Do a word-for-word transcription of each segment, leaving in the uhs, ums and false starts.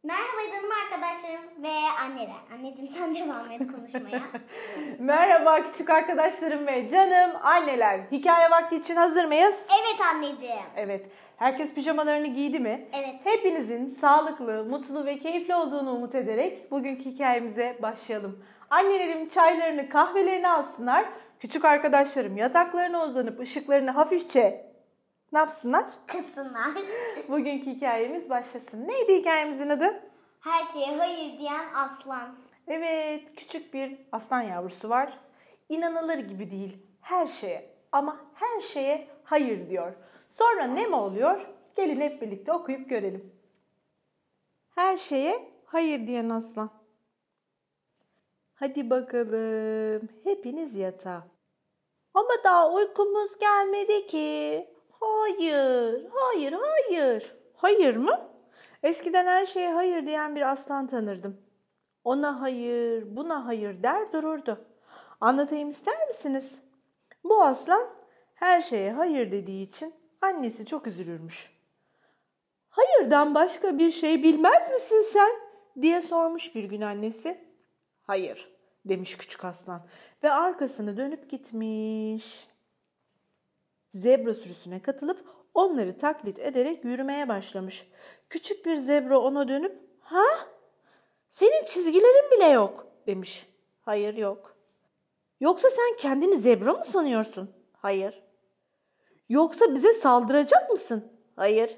Merhaba canım arkadaşlarım ve anneler. Anneciğim sen devam et konuşmaya. Merhaba küçük arkadaşlarım ve canım anneler. Hikaye vakti için hazır mıyız? Evet anneciğim. Evet. Herkes pijamalarını giydi mi? Evet. Hepinizin sağlıklı, mutlu ve keyifli olduğunu umut ederek bugünkü hikayemize başlayalım. Annelerim çaylarını, kahvelerini alsınlar. Küçük arkadaşlarım yataklarına uzanıp ışıklarını hafifçe ne yapsınlar? Kızsınlar. Bugünkü hikayemiz başlasın. Neydi hikayemizin adı? Her şeye hayır diyen aslan. Evet, küçük bir aslan yavrusu var. İnanılır gibi değil her şeye ama her şeye hayır diyor. Sonra ne mi oluyor? Gelin hep birlikte okuyup görelim. Her şeye hayır diyen aslan. Hadi bakalım, hepiniz yatağa. Ama daha uykumuz gelmedi ki. Hayır, hayır, hayır. Hayır mı? Eskiden her şeye hayır diyen bir aslan tanırdım. Ona hayır, buna hayır der dururdu. Anlatayım ister misiniz? Bu aslan her şeye hayır dediği için annesi çok üzülürmüş. Hayırdan başka bir şey bilmez misin sen? Diye sormuş bir gün annesi. Hayır demiş küçük aslan ve arkasını dönüp gitmiş. Zebra sürüsüne katılıp onları taklit ederek yürümeye başlamış. Küçük bir zebra ona dönüp "Ha? Senin çizgilerin bile yok." demiş. Hayır yok. Yoksa sen kendini zebra mı sanıyorsun? Hayır. Yoksa bize saldıracak mısın? Hayır.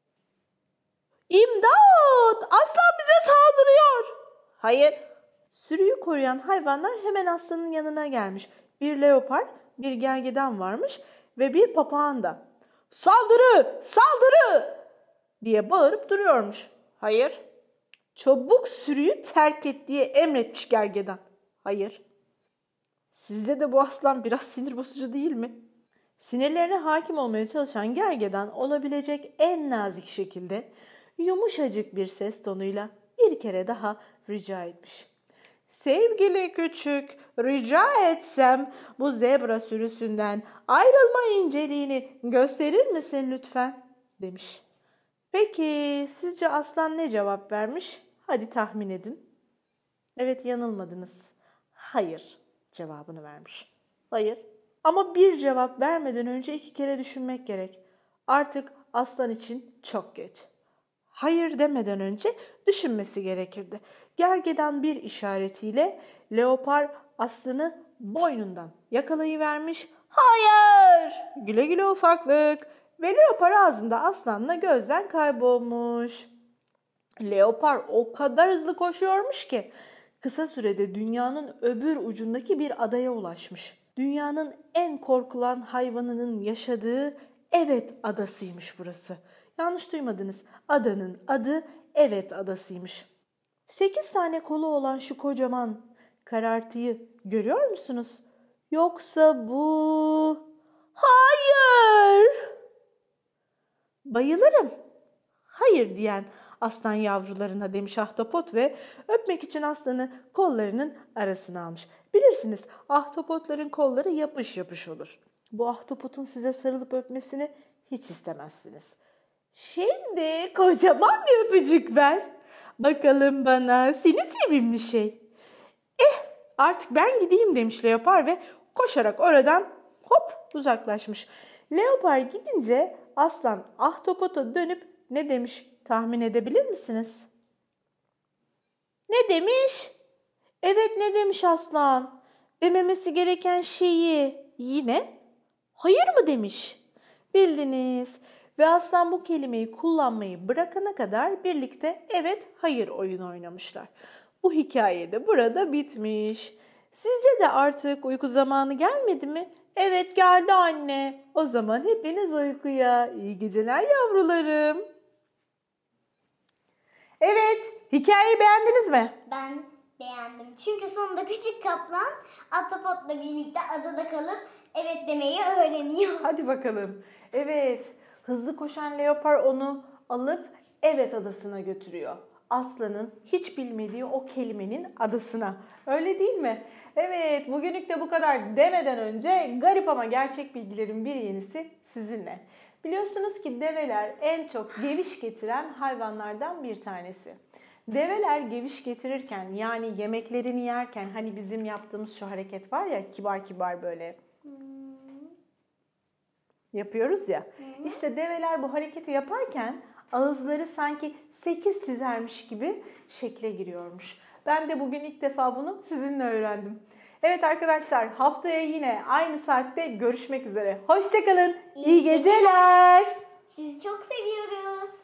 İmdat! Aslan bize saldırıyor. Hayır. Sürüyü koruyan hayvanlar hemen aslanın yanına gelmiş. Bir leopar, bir gergedan varmış ve bir papağan da. Saldırı! Saldırı! diye bağırıp duruyormuş. Hayır. Çabuk sürüyü terk et diye emretmiş gergedan. Hayır. Sizce de bu aslan biraz sinir bozucu değil mi? Sinirlerine hakim olmaya çalışan gergedan olabilecek en nazik şekilde yumuşacık bir ses tonuyla bir kere daha rica etmiş. Sevgili küçük, rica etsem bu zebra sürüsünden ayrılma inceliğini gösterir misin lütfen? Demiş. Peki sizce aslan ne cevap vermiş? Hadi tahmin edin. Evet, yanılmadınız. Hayır cevabını vermiş. Hayır. Ama bir cevap vermeden önce iki kere düşünmek gerek. Artık aslan için çok geç. Hayır demeden önce düşünmesi gerekirdi. Gergedan bir işaretiyle leopar aslanı boynundan yakalayıvermiş. Hayır! Güle güle ufaklık. Ve leopar ağzında aslanla gözden kaybolmuş. Leopar o kadar hızlı koşuyormuş ki kısa sürede dünyanın öbür ucundaki bir adaya ulaşmış. Dünyanın en korkulan hayvanının yaşadığı Evet adasıymış burası. Yanlış duymadınız. Adanın adı Evet adasıymış. Sekiz tane kolu olan şu kocaman karartıyı görüyor musunuz? Yoksa bu... Hayır! Bayılırım. Hayır diyen aslan yavrularına demiş ahtapot ve öpmek için aslanı kollarının arasına almış. Bilirsiniz ahtapotların kolları yapış yapış olur. Bu ahtapotun size sarılıp öpmesini hiç istemezsiniz. Şimdi kocaman bir öpücük ver. Bakalım bana seni sevimli şey. Eh artık ben gideyim demiş leopar ve koşarak oradan hop uzaklaşmış. Leopar gidince aslan ahtapota dönüp ne demiş tahmin edebilir misiniz? Ne demiş? Evet ne demiş aslan? Dememesi gereken şeyi yine hayır mı demiş? Bildiniz. Ve aslan bu kelimeyi kullanmayı bırakana kadar birlikte evet hayır oyunu oynamışlar. Bu hikaye de burada bitmiş. Sizce de artık uyku zamanı gelmedi mi? Evet geldi anne. O zaman hepiniz uykuya. İyi geceler yavrularım. Evet, hikayeyi beğendiniz mi? Ben beğendim. Çünkü sonunda küçük kaplan Ahtapot'la birlikte adada kalıp evet demeyi öğreniyor. Hadi bakalım. Evet, hızlı koşan leopar onu alıp Evet adasına götürüyor. Aslanın hiç bilmediği o kelimenin adasına. Öyle değil mi? Evet, bugünlük de bu kadar demeden önce garip ama gerçek bilgilerin bir yenisi sizinle. Biliyorsunuz ki develer en çok geviş getiren hayvanlardan bir tanesi. Develer geviş getirirken, yani yemeklerini yerken, hani bizim yaptığımız şu hareket var ya, kibar kibar böyle yapıyoruz ya. İşte develer bu hareketi yaparken ağızları sanki sekiz çizermiş gibi şekle giriyormuş. Ben de bugün ilk defa bunu sizinle öğrendim. Evet arkadaşlar, haftaya yine aynı saatte görüşmek üzere. Hoşça kalın. İyi geceler. Sizi çok seviyoruz.